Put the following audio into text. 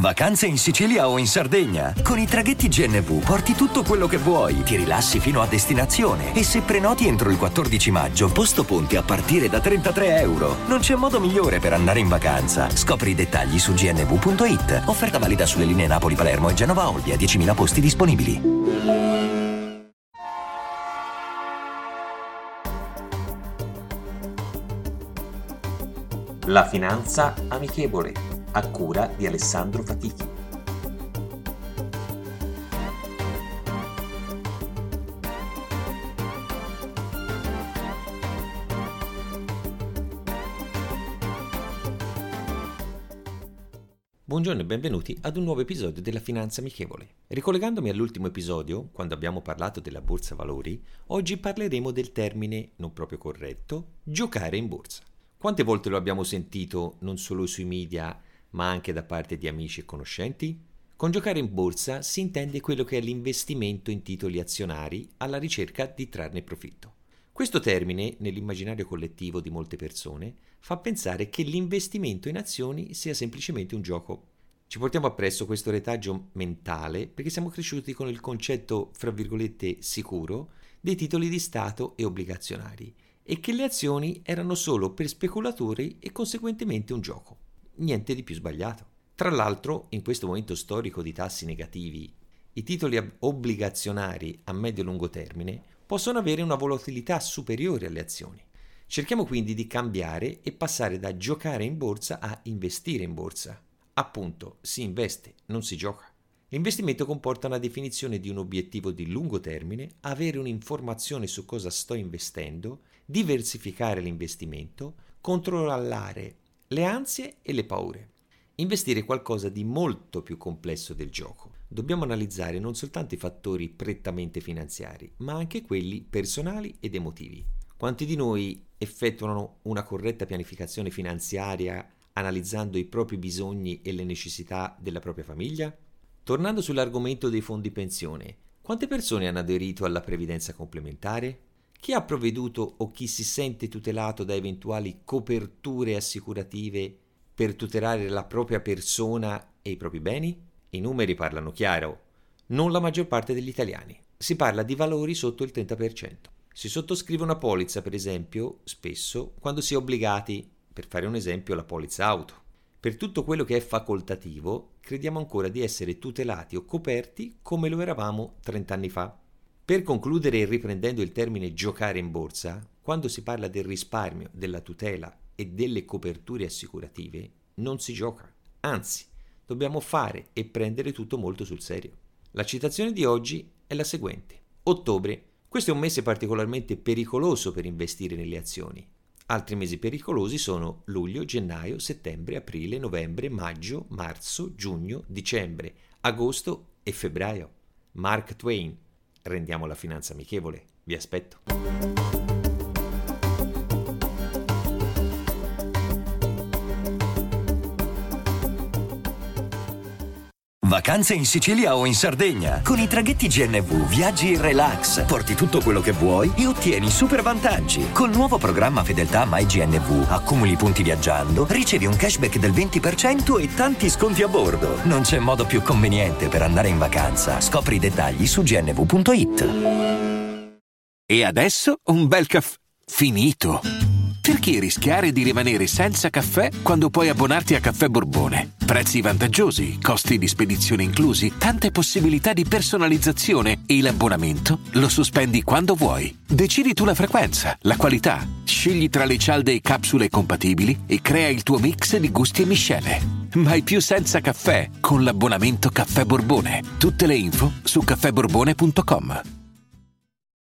Vacanze in Sicilia o in Sardegna? Con i traghetti GNV porti tutto quello che vuoi, ti rilassi fino a destinazione e se prenoti entro il 14 maggio, posto ponti a partire da €33. Non c'è modo migliore per andare in vacanza. Scopri i dettagli su gnv.it. Offerta valida sulle linee Napoli-Palermo e Genova-Olbia, 10.000 posti disponibili. La finanza amichevole, a cura di Alessandro Fatichi. Buongiorno e benvenuti ad un nuovo episodio della Finanza Amichevole. Ricollegandomi all'ultimo episodio, quando abbiamo parlato della borsa valori, oggi parleremo del termine non proprio corretto, giocare in borsa. Quante volte lo abbiamo sentito non solo sui media, ma anche da parte di amici e conoscenti? Con giocare in borsa si intende quello che è l'investimento in titoli azionari alla ricerca di trarne profitto. Questo termine, nell'immaginario collettivo di molte persone, fa pensare che l'investimento in azioni sia semplicemente un gioco. Ci portiamo appresso questo retaggio mentale perché siamo cresciuti con il concetto, fra virgolette, sicuro dei titoli di Stato e obbligazionari e che le azioni erano solo per speculatori e conseguentemente un gioco. Niente di più sbagliato. Tra l'altro, in questo momento storico di tassi negativi, i titoli obbligazionari a medio-lungo termine possono avere una volatilità superiore alle azioni. Cerchiamo quindi di cambiare e passare da giocare in borsa a investire in borsa. Appunto, si investe, non si gioca. L'investimento comporta una definizione di un obiettivo di lungo termine, avere un'informazione su cosa sto investendo, diversificare l'investimento, controllare le ansie e le paure. Investire è qualcosa di molto più complesso del gioco. Dobbiamo analizzare non soltanto i fattori prettamente finanziari, ma anche quelli personali ed emotivi. Quanti di noi effettuano una corretta pianificazione finanziaria analizzando i propri bisogni e le necessità della propria famiglia? Tornando sull'argomento dei fondi pensione, quante persone hanno aderito alla previdenza complementare? Chi ha provveduto o chi si sente tutelato da eventuali coperture assicurative per tutelare la propria persona e i propri beni? I numeri parlano chiaro, non la maggior parte degli italiani. Si parla di valori sotto il 30%. Si sottoscrive una polizza, per esempio, spesso quando si è obbligati, per fare un esempio, la polizza auto. Per tutto quello che è facoltativo, crediamo ancora di essere tutelati o coperti come lo eravamo 30 anni fa. Per concludere, riprendendo il termine giocare in borsa, quando si parla del risparmio, della tutela e delle coperture assicurative, non si gioca. Anzi, dobbiamo fare e prendere tutto molto sul serio. La citazione di oggi è la seguente. Ottobre. Questo è un mese particolarmente pericoloso per investire nelle azioni. Altri mesi pericolosi sono luglio, gennaio, settembre, aprile, novembre, maggio, marzo, giugno, dicembre, agosto e febbraio. Mark Twain. Rendiamo la finanza amichevole. Vi aspetto. Vacanze in Sicilia o in Sardegna? Con i traghetti GNV viaggi in relax, porti tutto quello che vuoi e ottieni super vantaggi. Col nuovo programma Fedeltà MyGNV accumuli punti viaggiando, ricevi un cashback del 20% e tanti sconti a bordo. Non c'è modo più conveniente per andare in vacanza. Scopri i dettagli su gnv.it. E adesso un bel caffè finito. Perché rischiare di rimanere senza caffè quando puoi abbonarti a Caffè Borbone? Prezzi vantaggiosi, costi di spedizione inclusi, tante possibilità di personalizzazione e l'abbonamento lo sospendi quando vuoi. Decidi tu la frequenza, la qualità, scegli tra le cialde e capsule compatibili e crea il tuo mix di gusti e miscele. Mai più senza caffè con l'abbonamento Caffè Borbone. Tutte le info su caffèborbone.com.